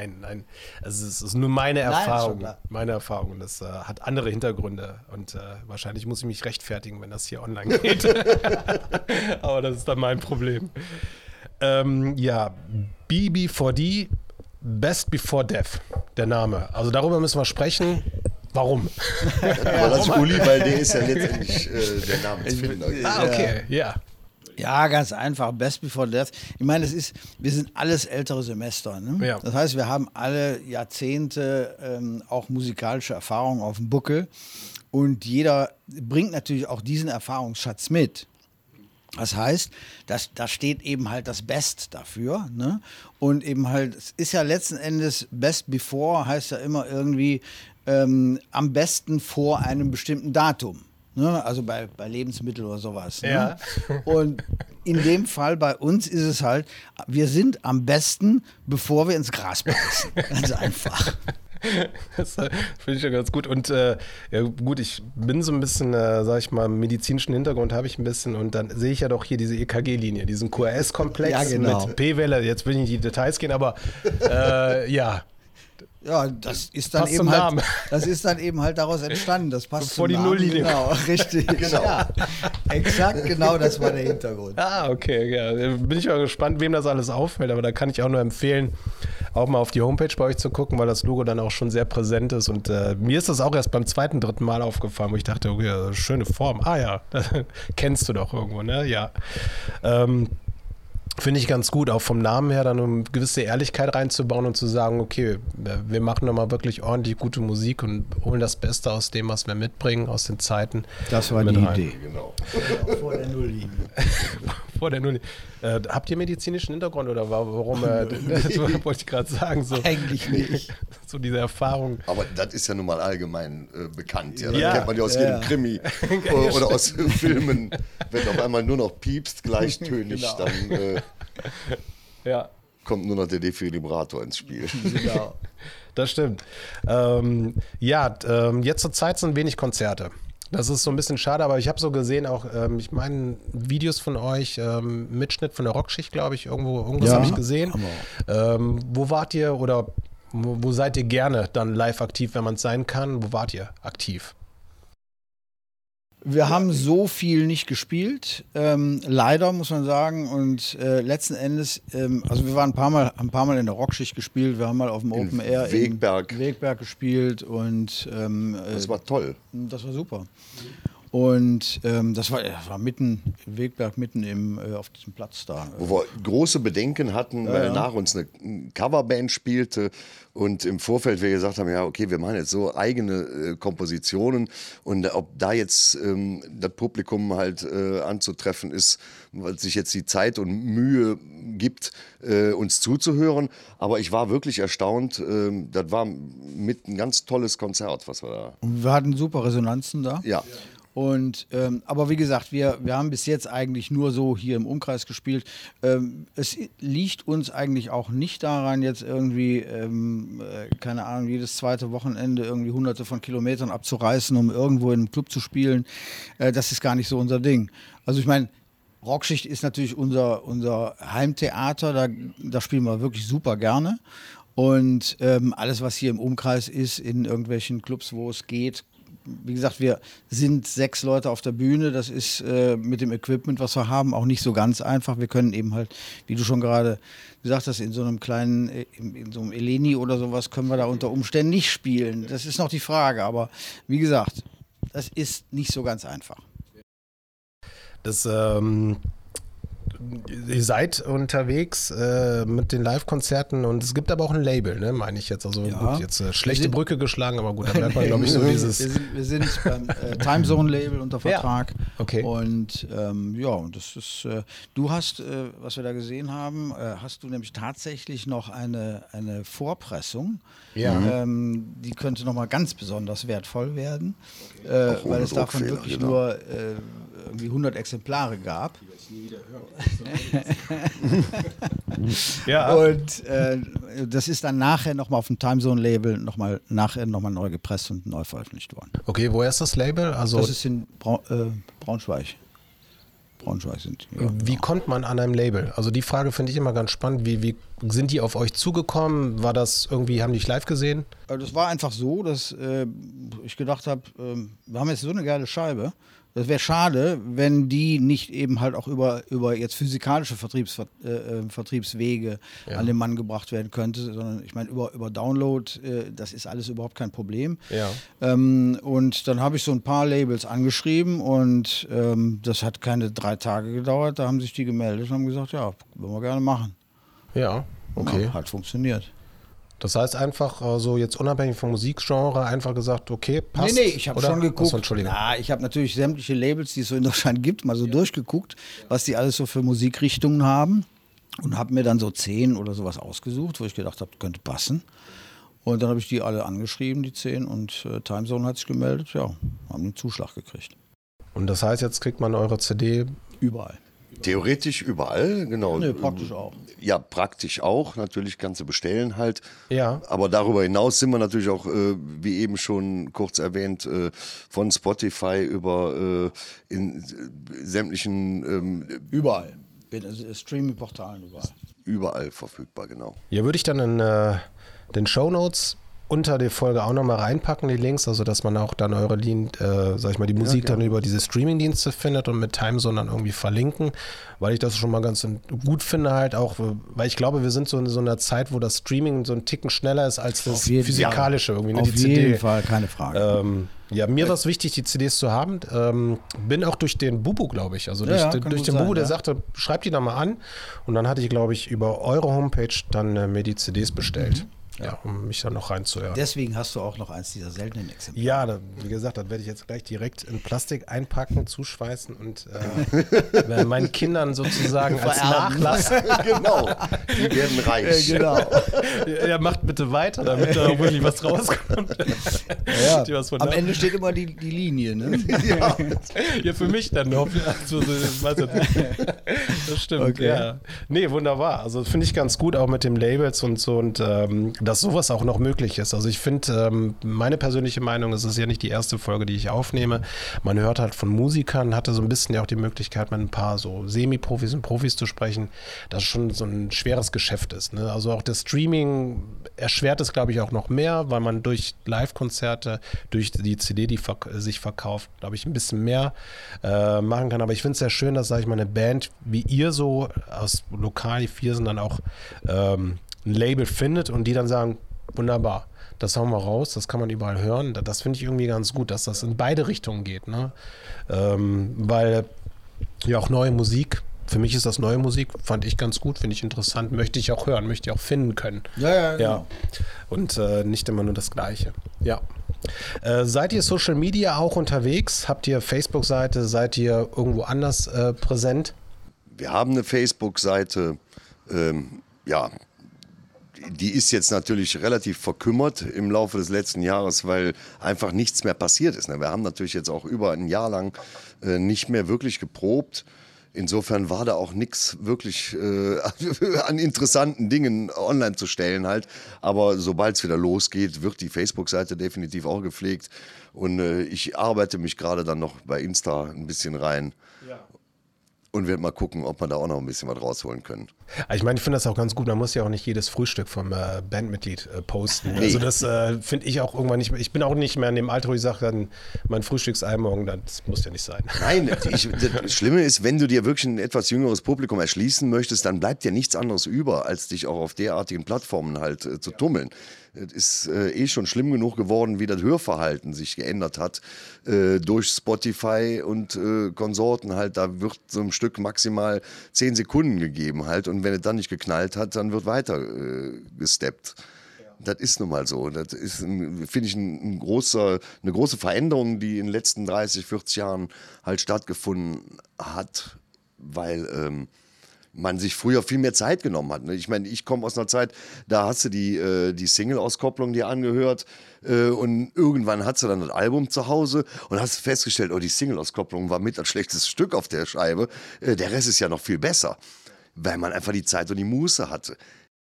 Es ist nur meine Erfahrung. Meine Erfahrung. Das hat andere Hintergründe und wahrscheinlich muss ich mich rechtfertigen, wenn das hier online geht. Aber das ist dann mein Problem. BB4D, Best Before Death, der Name. Also darüber müssen wir sprechen. Warum? Aber das ist Uli, weil der ist ja letztendlich der Namensfinder. Okay, ja. Ja, ganz einfach. Best Before Death. Ich meine, wir sind alles ältere Semester. Ne? Ja. Das heißt, wir haben alle Jahrzehnte auch musikalische Erfahrungen auf dem Buckel. Und jeder bringt natürlich auch diesen Erfahrungsschatz mit. Das heißt, da steht eben halt das Best dafür. Ne? Und eben halt, es ist ja letzten Endes Best Before, heißt ja immer irgendwie am besten vor einem bestimmten Datum. Ne? Also bei Lebensmitteln oder sowas. Ne? Ja. Und in dem Fall bei uns ist es halt, wir sind am besten, bevor wir ins Gras beißen. Ganz einfach. Das finde ich ja ganz gut. Und ja, gut, ich bin so ein bisschen, sag ich mal, medizinischen Hintergrund habe ich ein bisschen und dann sehe ich ja doch hier diese EKG-Linie, diesen QRS-Komplex Ja, genau. mit P-Welle. Jetzt will ich nicht in die Details gehen, aber ja. Ja, das ist dann Passt eben zum halt, Namen. das ist dann eben halt daraus entstanden. Das passt Bevor zum die Namen. Nulllinie Genau, richtig. Genau. Ja, exakt genau, das war der Hintergrund. Ah, okay, ja. Bin ich mal gespannt, wem das alles auffällt, aber da kann ich auch nur empfehlen, auch mal auf die Homepage bei euch zu gucken, weil das Logo dann auch schon sehr präsent ist und mir ist das auch erst beim zweiten, dritten Mal aufgefallen, wo ich dachte, okay, schöne Form. Ah ja, das kennst du doch irgendwo, ne? Ja. Finde ich ganz gut, auch vom Namen her dann eine gewisse Ehrlichkeit reinzubauen und zu sagen, okay, wir machen nochmal wirklich ordentlich gute Musik und holen das Beste aus dem, was wir mitbringen, aus den Zeiten. Das war mit die rein. Idee. Genau. Vor der Nulllinie. Vor der Null. Habt ihr medizinischen Hintergrund oder warum, das wollte ich gerade sagen, so, Eigentlich nicht. so diese Erfahrung. Aber das ist ja nun mal allgemein bekannt. Ja? Ja. Das kennt man ja aus jedem Krimi oder aus Filmen. Wenn auf einmal nur noch piepst, gleichtönig, Genau. dann Ja, kommt nur noch der Defibrillator ins Spiel. Genau. das stimmt. Jetzt zur Zeit sind wenig Konzerte. Das ist so ein bisschen schade, aber ich habe so gesehen auch, ich meine, Videos von euch, Mitschnitt von der Rockschicht, glaube ich, irgendwas Ja, habe ich gesehen. haben Wo wart ihr oder wo seid ihr gerne dann live aktiv, wenn man es sein kann? Wo wart ihr aktiv? Wir haben so viel nicht gespielt, leider muss man sagen. Und letzten Endes, also wir waren ein paar Mal in der Rockschicht gespielt. Wir haben mal auf dem Open Air Wegberg. in Wegberg gespielt und Das war toll. das war super. Und das war mitten im Wegberg, mitten auf diesem Platz da. Wo wir große Bedenken hatten, weil nach uns eine Coverband spielte und im Vorfeld wir gesagt haben, ja okay, wir machen jetzt so eigene Kompositionen und ob da jetzt das Publikum halt anzutreffen ist, weil sich jetzt die Zeit und Mühe gibt, uns zuzuhören. Aber ich war wirklich erstaunt, das war mit ein ganz tolles Konzert, was wir da... Und wir hatten super Resonanzen da. Ja. Und aber wie gesagt, wir haben bis jetzt eigentlich nur so hier im Umkreis gespielt. Es liegt uns eigentlich auch nicht daran, jetzt irgendwie, keine Ahnung, jedes zweite Wochenende irgendwie hunderte von Kilometern abzureißen, um irgendwo in einem Club zu spielen. Das ist gar nicht so unser Ding. Also ich meine, Rockschicht ist natürlich unser Heimtheater, da spielen wir wirklich super gerne. Und alles, was hier im Umkreis ist, in irgendwelchen Clubs, wo es geht, wie gesagt, wir sind 6 Leute auf der Bühne. Das ist mit dem Equipment, was wir haben, auch nicht so ganz einfach. Wir können eben halt, wie du schon gerade gesagt hast, in so einem kleinen, in so einem Eleni oder sowas, können wir da unter Umständen nicht spielen. Das ist noch die Frage. Aber wie gesagt, das ist nicht so ganz einfach. Das, ihr seid unterwegs mit den Live-Konzerten und es gibt aber auch ein Label, ne, meine ich jetzt. Also Ja. gut, jetzt schlechte Brücke geschlagen, aber gut, da merkt man, glaube ich, so dieses... Wir sind beim Timezone-Label unter Vertrag. Ja, okay. Und und das ist, du hast, was wir da gesehen haben, hast du nämlich tatsächlich noch eine Vorpressung. Ja. Die könnte nochmal ganz besonders wertvoll werden, Auch ohne weil es davon Druckfehler, wirklich genau. nur irgendwie 100 Exemplare gab. Ja. Und das ist dann nachher nochmal auf dem Timezone-Label nochmal neu gepresst und neu veröffentlicht worden. Okay, woher ist das Label? Also Das ist in Braunschweig. Braunschweig sind die. Ja, wie genau. kommt man an einem Label? Also die Frage finde ich immer ganz spannend. Wie sind die auf euch zugekommen? War das irgendwie, haben die dich live gesehen? Das war einfach so, dass ich gedacht habe, wir haben jetzt so eine geile Scheibe. Das wäre schade, wenn die nicht eben halt auch über jetzt physikalische Vertriebswege an den Mann gebracht werden könnte, sondern ich meine über Download, das ist alles überhaupt kein Problem. Ja. Und dann habe ich so ein paar Labels angeschrieben und das hat keine 3 Tage gedauert. Da haben sich die gemeldet und haben gesagt, ja, wollen wir gerne machen. Ja, okay. Ja, hat funktioniert. Das heißt einfach so jetzt unabhängig vom Musikgenre einfach gesagt, okay, passt. Nee, ich habe schon geguckt. Achso, Entschuldigung. Na, ich habe natürlich sämtliche Labels, die es so in Deutschland gibt, mal so durchgeguckt, was die alles so für Musikrichtungen haben und habe mir dann so 10 oder sowas ausgesucht, wo ich gedacht habe, könnte passen. Und dann habe ich die alle angeschrieben, die 10, und Timezone hat sich gemeldet, ja, haben einen Zuschlag gekriegt. Und das heißt, jetzt kriegt man eure CD Überall. Theoretisch überall, genau. Nee, praktisch auch. Ja, praktisch auch. Natürlich kannst du bestellen halt. Ja. Aber darüber hinaus sind wir natürlich auch, wie eben schon kurz erwähnt, von Spotify über in sämtlichen Überall. In Streaming-Portalen überall. überall verfügbar, genau. Ja, würde ich dann in den Shownotes unter der Folge auch nochmal reinpacken, die Links, also dass man auch dann eure sag ich mal, die Musik dann über diese Streaming-Dienste findet und mit Timezone dann irgendwie verlinken, weil ich das schon mal ganz gut finde halt auch, weil ich glaube, wir sind so in so einer Zeit, wo das Streaming so ein Ticken schneller ist als das Physikalische irgendwie, ne, Auf die CD. jeden Fall, keine Frage. Ja, mir war es wichtig, die CDs zu haben. Bin auch durch den Bubu, glaube ich. Also durch den Bubu, der sagte, schreibt die da mal an. Und dann hatte ich, glaube ich, über eure Homepage dann mir die CDs bestellt. Ja, um mich dann noch reinzuhören. Deswegen hast du auch noch eins dieser seltenen Exemplare. Ja, wie gesagt, das werde ich jetzt gleich direkt in Plastik einpacken, zuschweißen und meinen Kindern sozusagen als Nachlass. Genau, die werden reich. Genau. Ja, macht bitte weiter, damit da auch wirklich was rauskommt. Ja, Was von am da- Ende steht immer die Linie, ne? Ja, für mich dann noch. Also, das stimmt, Okay. ja. Nee, wunderbar. Also finde ich ganz gut, auch mit den Labels und so und dass sowas auch noch möglich ist. Also ich finde, meine persönliche Meinung, es ist ja nicht die erste Folge, die ich aufnehme. Man hört halt von Musikern, hatte so ein bisschen ja auch die Möglichkeit, mit ein paar so Semi-Profis und Profis zu sprechen, dass es schon so ein schweres Geschäft ist. Ne? Also auch das Streaming erschwert es, glaube ich, auch noch mehr, weil man durch Live-Konzerte, durch die CD, die sich verkauft, glaube ich, ein bisschen mehr machen kann. Aber ich finde es sehr schön, dass, sage ich mal, eine Band wie ihr so aus Lokal, die 4 sind, dann auch ein Label findet und die dann sagen, wunderbar, das hauen wir raus, das kann man überall hören. Das finde ich irgendwie ganz gut, dass das in beide Richtungen geht. Ne? Weil ja auch neue Musik, für mich ist das neue Musik, fand ich ganz gut, finde ich interessant, möchte ich auch hören, möchte ich auch finden können. Ja, genau. Und nicht immer nur das Gleiche. Ja. Seid ihr Social Media auch unterwegs? Habt ihr Facebook-Seite? Seid ihr irgendwo anders präsent? Wir haben eine Facebook-Seite, ja, die ist jetzt natürlich relativ verkümmert im Laufe des letzten Jahres, weil einfach nichts mehr passiert ist. Wir haben natürlich jetzt auch über ein Jahr lang nicht mehr wirklich geprobt. Insofern war da auch nichts wirklich an interessanten Dingen online zu stellen halt. Aber sobald es wieder losgeht, wird die Facebook-Seite definitiv auch gepflegt. Und ich arbeite mich gerade dann noch bei Insta ein bisschen rein. Und werde mal gucken, ob wir da auch noch ein bisschen was rausholen können. Ich meine, ich finde das auch ganz gut. Man muss ja auch nicht jedes Frühstück vom Bandmitglied posten. Nee. Also das finde ich auch irgendwann nicht mehr. Ich bin auch nicht mehr in dem Alter, wo ich sage, dann mein Frühstücksei morgen, das muss ja nicht sein. Nein, das Schlimme ist, wenn du dir wirklich ein etwas jüngeres Publikum erschließen möchtest, dann bleibt dir nichts anderes über, als dich auch auf derartigen Plattformen halt zu tummeln. Es ist schon schlimm genug geworden, wie das Hörverhalten sich geändert hat durch Spotify und Konsorten halt. Da wird so ein Stück maximal 10 Sekunden gegeben halt und wenn es dann nicht geknallt hat, dann wird weiter gesteppt. Das ist nun mal so. Das ist, finde ich, eine große Veränderung, die in den letzten 30, 40 Jahren halt stattgefunden hat, weil man sich früher viel mehr Zeit genommen hat. Ich meine, ich komme aus einer Zeit, da hast du die Single-Auskopplung dir angehört und irgendwann hast du dann das Album zu Hause und hast festgestellt, oh, die Single-Auskopplung war mit das schlechteste Stück auf der Scheibe. Der Rest ist ja noch viel besser, weil man einfach die Zeit und die Muße hatte.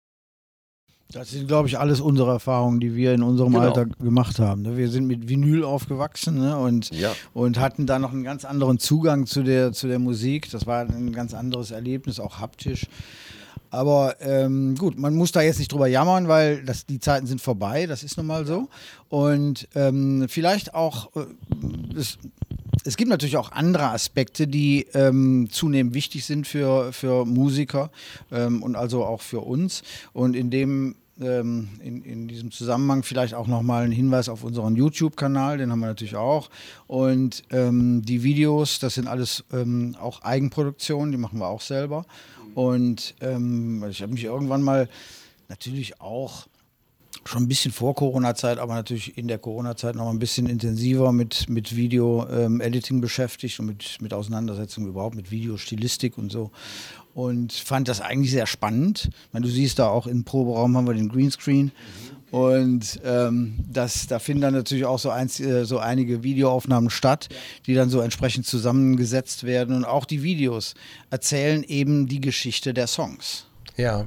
Das sind, glaube ich, alles unsere Erfahrungen, die wir in unserem Alter gemacht haben. Ne? Wir sind mit Vinyl aufgewachsen, ne? und hatten da noch einen ganz anderen Zugang zu der Musik. Das war ein ganz anderes Erlebnis, auch haptisch. Aber gut, man muss da jetzt nicht drüber jammern, weil die Zeiten sind vorbei, das ist nun mal so. Und vielleicht auch Es gibt natürlich auch andere Aspekte, die zunehmend wichtig sind für Musiker und also auch für uns. Und in diesem Zusammenhang vielleicht auch nochmal ein Hinweis auf unseren YouTube-Kanal, den haben wir natürlich auch. Und die Videos, das sind alles auch Eigenproduktionen, die machen wir auch selber. Und ich habe mich irgendwann mal natürlich auch schon ein bisschen vor Corona-Zeit, aber natürlich in der Corona-Zeit noch ein bisschen intensiver mit Video-Editing beschäftigt und mit Auseinandersetzungen überhaupt, mit Videostilistik und so. Und fand das eigentlich sehr spannend. Ich meine, du siehst da auch im Proberaum haben wir den Greenscreen. Und da finden dann natürlich auch so einige Videoaufnahmen statt, die dann so entsprechend zusammengesetzt werden. Und auch die Videos erzählen eben die Geschichte der Songs. Ja.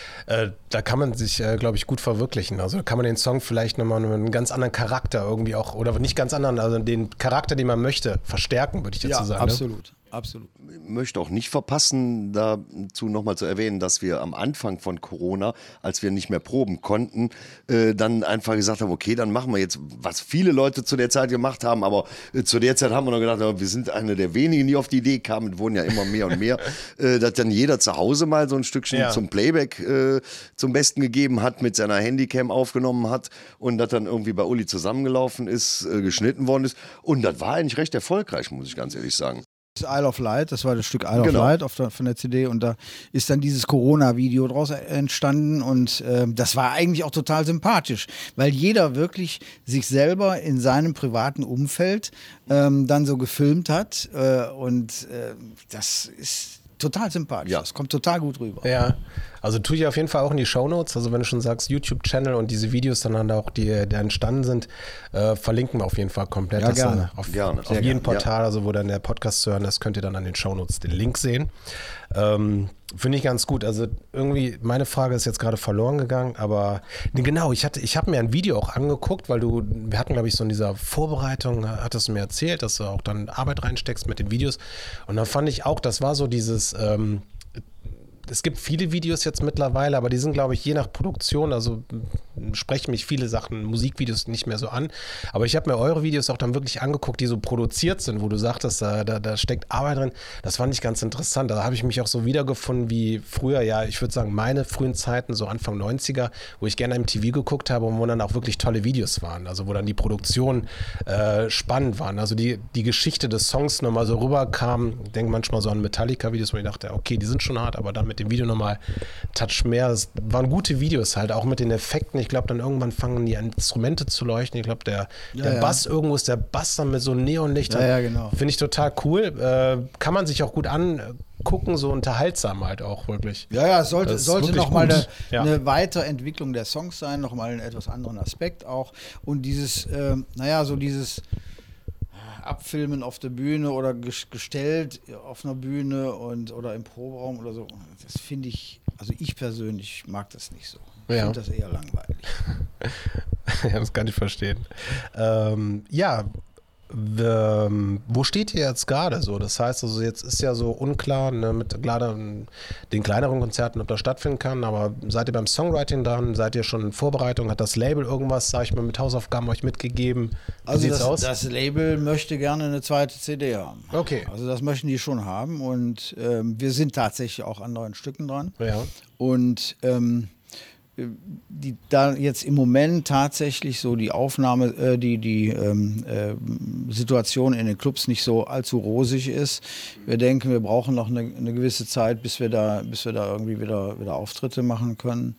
Da kann man sich, glaube ich, gut verwirklichen. Also kann man den Song vielleicht nochmal mit einem ganz anderen Charakter irgendwie auch, oder nicht ganz anderen, also den Charakter, den man möchte, verstärken, würde ich dazu sagen. Absolut. Ne? Absolut. Ich möchte auch nicht verpassen, dazu nochmal zu erwähnen, dass wir am Anfang von Corona, als wir nicht mehr proben konnten, dann einfach gesagt haben, okay, dann machen wir jetzt, was viele Leute zu der Zeit gemacht haben, aber zu der Zeit haben wir noch gedacht, wir sind eine der wenigen, die auf die Idee kamen, wurden ja immer mehr und mehr, dass dann jeder zu Hause mal so ein Stückchen zum Playback zum Besten gegeben hat, mit seiner Handycam aufgenommen hat und das dann irgendwie bei Uli zusammengelaufen ist, geschnitten worden ist und das war eigentlich recht erfolgreich, muss ich ganz ehrlich sagen. Das Isle of Light, das war das Stück Isle of Light von der CD und da ist dann dieses Corona-Video draus entstanden und das war eigentlich auch total sympathisch, weil jeder wirklich sich selber in seinem privaten Umfeld dann so gefilmt hat und das ist total sympathisch, das kommt total gut rüber. Ja, also tue ich auf jeden Fall auch in die Shownotes, also wenn du schon sagst YouTube-Channel und diese Videos dann auch, die entstanden sind, verlinken wir auf jeden Fall komplett. Ja, gerne. Auf Sehr jedem gerne. Portal, also wo dann der Podcast zu hören ist, könnt ihr dann an den Shownotes den Link sehen. Finde ich ganz gut. Also irgendwie, meine Frage ist jetzt gerade verloren gegangen, aber genau, ich habe mir ein Video auch angeguckt, weil wir hatten, glaube ich, so in dieser Vorbereitung, hattest du mir erzählt, dass du auch dann Arbeit reinsteckst mit den Videos und dann fand ich auch, das war so dieses es gibt viele Videos jetzt mittlerweile, aber die sind, glaube ich, je nach Produktion, also sprechen mich viele Sachen, Musikvideos nicht mehr so an. Aber ich habe mir eure Videos auch dann wirklich angeguckt, die so produziert sind, wo du sagtest, da steckt Arbeit drin. Das fand ich ganz interessant. Da habe ich mich auch so wiedergefunden wie früher, ja, ich würde sagen, meine frühen Zeiten, so Anfang 90er, wo ich gerne MTV geguckt habe und wo dann auch wirklich tolle Videos waren. Also wo dann die Produktionen spannend waren. Also die Geschichte des Songs nochmal so rüberkam. Ich denke manchmal so an Metallica-Videos, wo ich dachte, okay, die sind schon hart, aber dann mit dem Video nochmal Touch mehr. Es waren gute Videos halt, auch mit den Effekten. Ich glaube, dann irgendwann fangen die Instrumente zu leuchten. Ich glaube, der Bass, irgendwo ist der Bass dann mit so Neonlicht. Ja, genau. Finde ich total cool. Kann man sich auch gut angucken, so unterhaltsam halt auch wirklich. Ja, es sollte nochmal eine Weiterentwicklung der Songs sein, nochmal einen etwas anderen Aspekt auch. Und dieses, dieses Abfilmen auf der Bühne oder gestellt auf einer Bühne oder im Proberaum oder so, das finde ich, also ich persönlich mag das nicht so. Ich finde das eher langweilig. Ja, das kann ich verstehen. Wo steht ihr jetzt gerade so? Das heißt, also jetzt ist ja so unklar, ne, mit den kleineren Konzerten, ob das stattfinden kann, aber seid ihr beim Songwriting dran? Seid ihr schon in Vorbereitung? Hat das Label irgendwas, sag ich mal, mit Hausaufgaben euch mitgegeben? Wie sieht's aus? Das Label möchte gerne eine zweite CD haben. Okay. Also das möchten die schon haben und wir sind tatsächlich auch an neuen Stücken dran. Ja. Und da jetzt im Moment tatsächlich so die Aufnahme, die Situation in den Clubs nicht so allzu rosig ist. Wir denken, wir brauchen noch eine gewisse Zeit, bis wir da irgendwie wieder Auftritte machen können.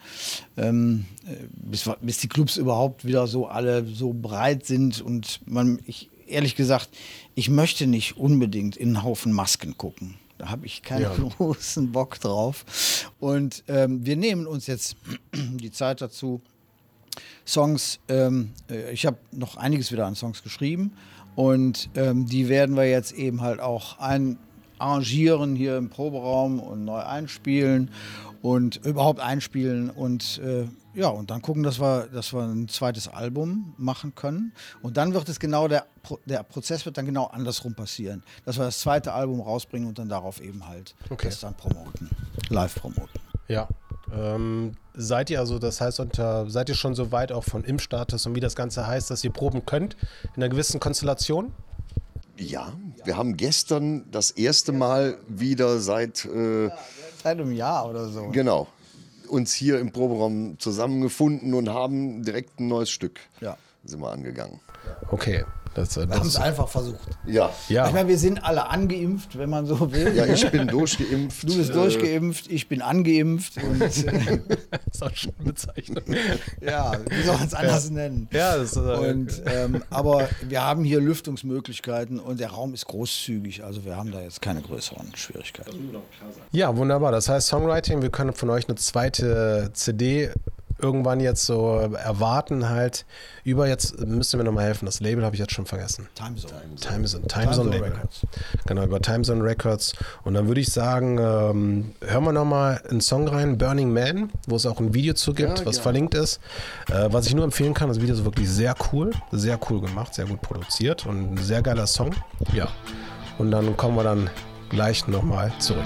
Bis die Clubs überhaupt wieder so alle so breit sind und ehrlich gesagt, ich möchte nicht unbedingt in einen Haufen Masken gucken. Da habe ich keinen großen Bock drauf. Und wir nehmen uns jetzt die Zeit dazu. Songs, ich habe noch einiges wieder an Songs geschrieben und die werden wir jetzt eben halt auch arrangieren hier im Proberaum und neu einspielen und überhaupt einspielen und und dann gucken, dass wir ein zweites Album machen können. Und dann wird es genau, der Prozess wird dann genau andersrum passieren. Dass wir das zweite Album rausbringen und dann darauf eben halt das dann live promoten. Ja. Seid ihr also, das heißt, seid ihr schon so weit auch von Impfstatus und wie das Ganze heißt, dass ihr proben könnt in einer gewissen Konstellation? Ja, wir haben gestern das erste Mal wieder seit einem Jahr oder so. genau uns hier im Proberaum zusammengefunden und haben direkt ein neues Stück sind wir angegangen. Okay. Wir haben es einfach versucht. Ja. Ja. Ich meine, wir sind alle angeimpft, wenn man so will. Ja, ich bin durchgeimpft. Du bist durchgeimpft, ich bin angeimpft. Und, Das ist auch schon eine Bezeichnung. ja, wie soll man es anders nennen? Ja, das ist, Und, aber wir haben hier Lüftungsmöglichkeiten und der Raum ist großzügig. Also wir haben da jetzt keine größeren Schwierigkeiten. ja, wunderbar. Das heißt Songwriting, wir können von euch eine zweite CD irgendwann jetzt so erwarten halt. Jetzt müsst ihr mir nochmal helfen. Das Label habe ich jetzt schon vergessen. Timezone Label. Records. Genau, über Timezone Records. Und dann würde ich sagen, hören wir nochmal einen Song rein, Burning Man, wo es auch ein Video zu gibt, was verlinkt ist. Was ich nur empfehlen kann, das Video ist wirklich sehr cool gemacht, sehr gut produziert und ein sehr geiler Song. Ja. Und dann kommen wir dann gleich nochmal zurück.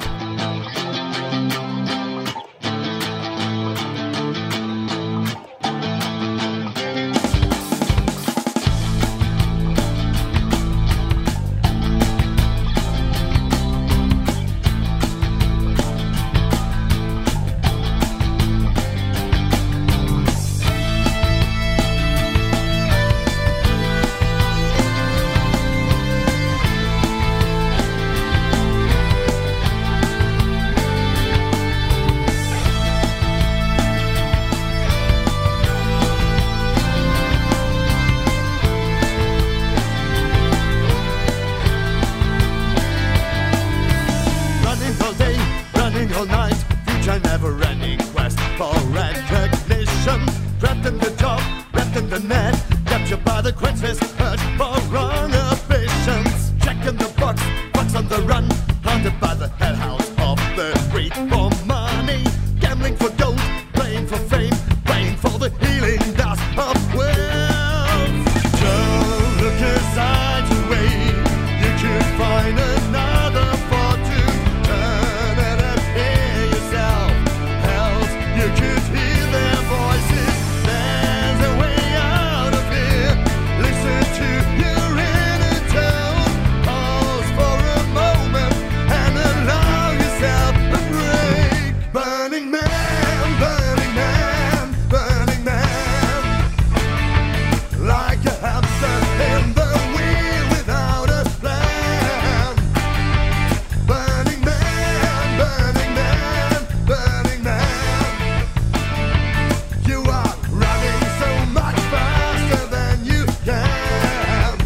Running all day, running all night, future never-ending quest for recognition. Trapped in the job, wrapped in the net, captured by the quenches, urge for wrong ambitions. Checking the box on the run, haunted by the hellhouse of the greed for money. Gambling for gold, playing for fame, praying for the healing dust of wealth. Don't look aside to wait, you could find another fortune. Turn it and hear yourself, else you could hear their voices. There's a way out of here. Listen to your inner tone. Pause for a moment and allow yourself a break. Burning man, burning man, burning man. Like a hamster in the wheel without a plan. Burning man, burning man, burning man. You are running so much faster than you can.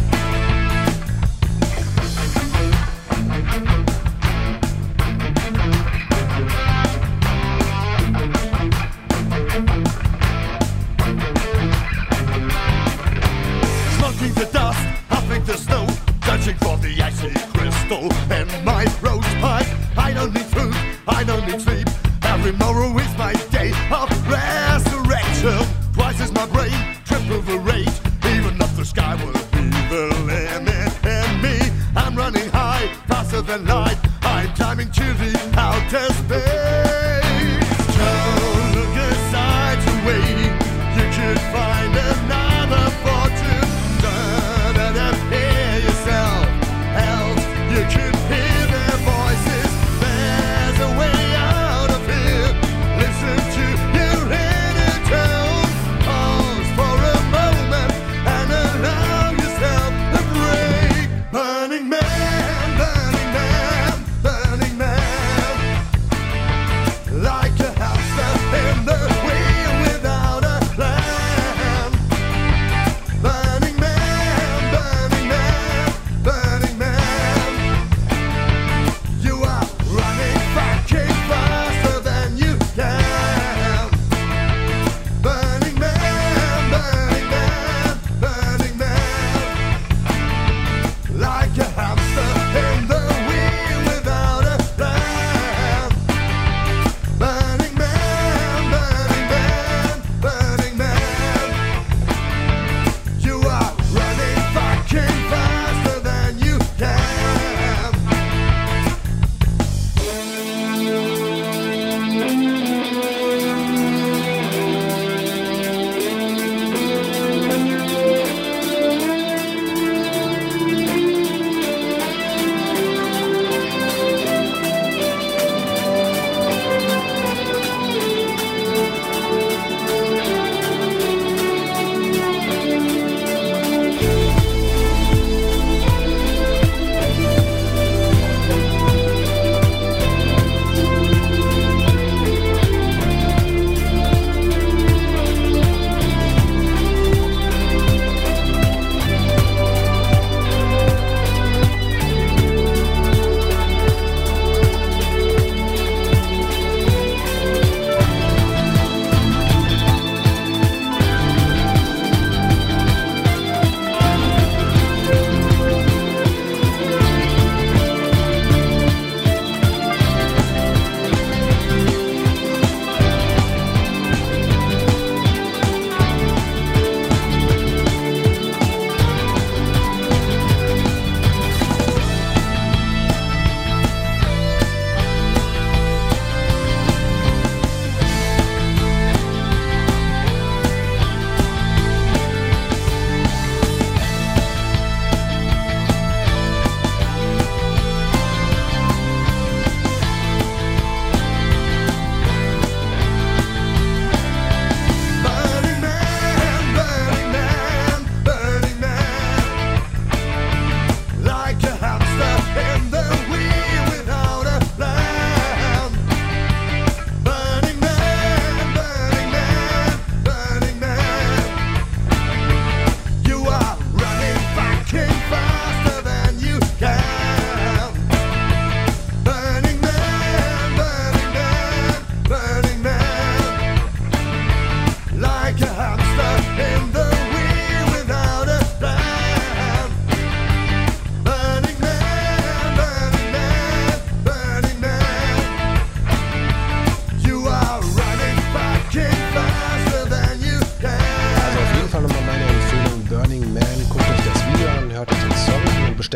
Smoking the dust, huffing the snow, searching for the icy crystal in my rose pipe. I don't need food, I don't need sleep. Every morrow is my day of resurrection. Twice is my brain, triple the rate. Even up the sky will be the limit in me. I'm running high, faster than light. I'm climbing to the outer space. Don't look aside to wait. You could find another fortune. Turn it and hear yourself, else you could hear their voices. There's a way out of here. Listen to your inner tone. Pause for a moment and allow yourself a break. Burning man, burning man, burning man.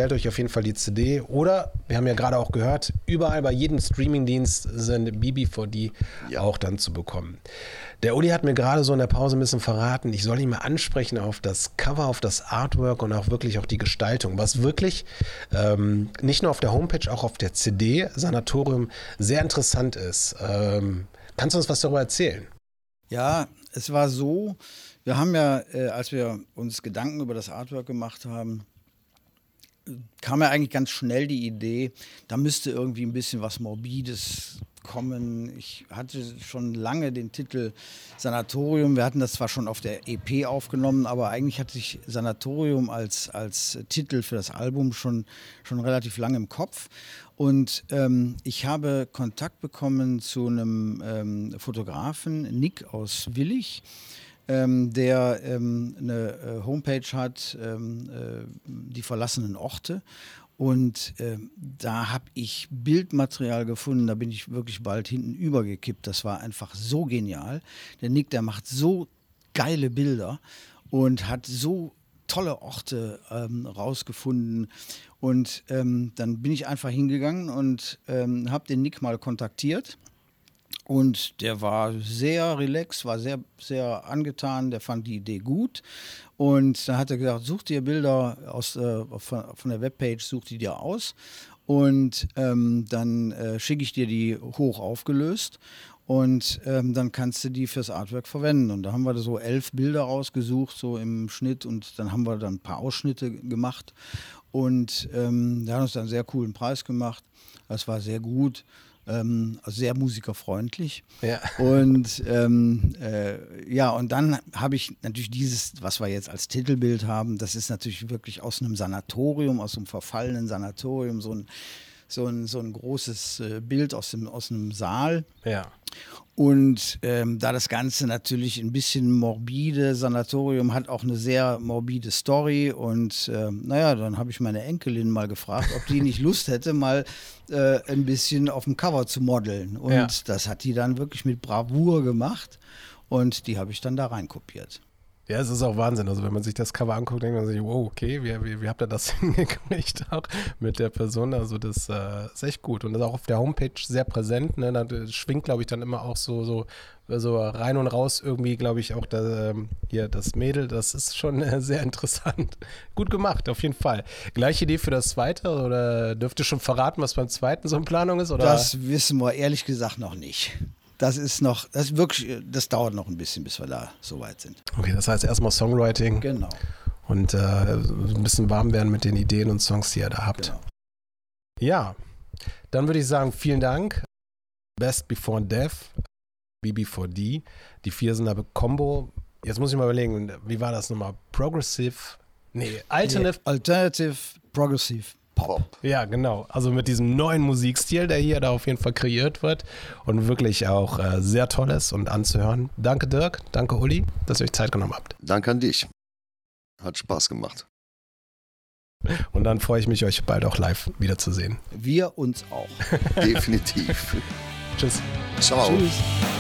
bestellt euch auf jeden Fall die CD. Oder, wir haben ja gerade auch gehört, überall bei jedem Streamingdienst sind BB4D auch dann zu bekommen. Der Uli hat mir gerade so in der Pause ein bisschen verraten, ich soll ihn mal ansprechen auf das Cover, auf das Artwork und auch wirklich auf die Gestaltung, was wirklich nicht nur auf der Homepage, auch auf der CD Sanatorium sehr interessant ist. Kannst du uns was darüber erzählen? Ja, es war so, wir haben ja, als wir uns Gedanken über das Artwork gemacht haben, kam ja eigentlich ganz schnell die Idee, da müsste irgendwie ein bisschen was Morbides kommen. Ich hatte schon lange den Titel Sanatorium. Wir hatten das zwar schon auf der EP aufgenommen, aber eigentlich hatte ich Sanatorium als Titel für das Album schon relativ lange im Kopf. Und ich habe Kontakt bekommen zu einem Fotografen, Nick aus Willich, der eine Homepage hat, die verlassenen Orte. Und da habe ich Bildmaterial gefunden, da bin ich wirklich bald hinten übergekippt. Das war einfach so genial. Der Nick, der macht so geile Bilder und hat so tolle Orte rausgefunden. Und dann bin ich einfach hingegangen und habe den Nick mal kontaktiert. Und der war sehr relaxed, war sehr, sehr angetan, der fand die Idee gut. Und dann hat er gesagt, such dir Bilder von der Webpage, such die dir aus. Und dann schicke ich dir die hoch aufgelöst. Und dann kannst du die fürs Artwork verwenden. Und da haben wir so 11 Bilder rausgesucht, so im Schnitt. Und dann haben wir dann ein paar Ausschnitte gemacht. Und der hat uns dann einen sehr coolen Preis gemacht. Das war sehr gut. Also sehr musikerfreundlich. Ja. Und und dann habe ich natürlich dieses, was wir jetzt als Titelbild haben, das ist natürlich wirklich aus einem Sanatorium, aus einem verfallenen Sanatorium, so ein großes Bild aus einem Saal. Ja. Und da das Ganze natürlich ein bisschen morbide, Sanatorium hat auch eine sehr morbide Story und dann habe ich meine Enkelin mal gefragt, ob die nicht Lust hätte, mal ein bisschen auf dem Cover zu modeln. Und das hat die dann wirklich mit Bravour gemacht und die habe ich dann da reinkopiert. Ja, es ist auch Wahnsinn. Also wenn man sich das Cover anguckt, denkt man sich, wow, okay, wie habt ihr das hingekriegt auch mit der Person? Also das ist echt gut. Und das ist auch auf der Homepage sehr präsent. Ne? Da schwingt, glaube ich, dann immer auch so rein und raus irgendwie, glaube ich, auch das Mädel. Das ist schon sehr interessant. Gut gemacht, auf jeden Fall. Gleiche Idee für das zweite? Oder dürft ihr schon verraten, was beim zweiten so in Planung ist? Oder? Das wissen wir ehrlich gesagt noch nicht. Das dauert noch ein bisschen, bis wir da so weit sind. Okay, das heißt erstmal Songwriting. Genau. Und ein bisschen warm werden mit den Ideen und Songs, die ihr da habt. Genau. Ja, dann würde ich sagen, vielen Dank. Best Before Death, BB4D, die Viersener-Kombo. Jetzt muss ich mal überlegen, wie war das nochmal? Alternative Progressive Pop. Ja, genau. Also mit diesem neuen Musikstil, der hier da auf jeden Fall kreiert wird und wirklich auch sehr toll ist und anzuhören. Danke Dirk, danke Uli, dass ihr euch Zeit genommen habt. Danke an dich. Hat Spaß gemacht. Und dann freue ich mich, euch bald auch live wiederzusehen. Wir uns auch. Definitiv. Tschüss. Ciao. Tschüss.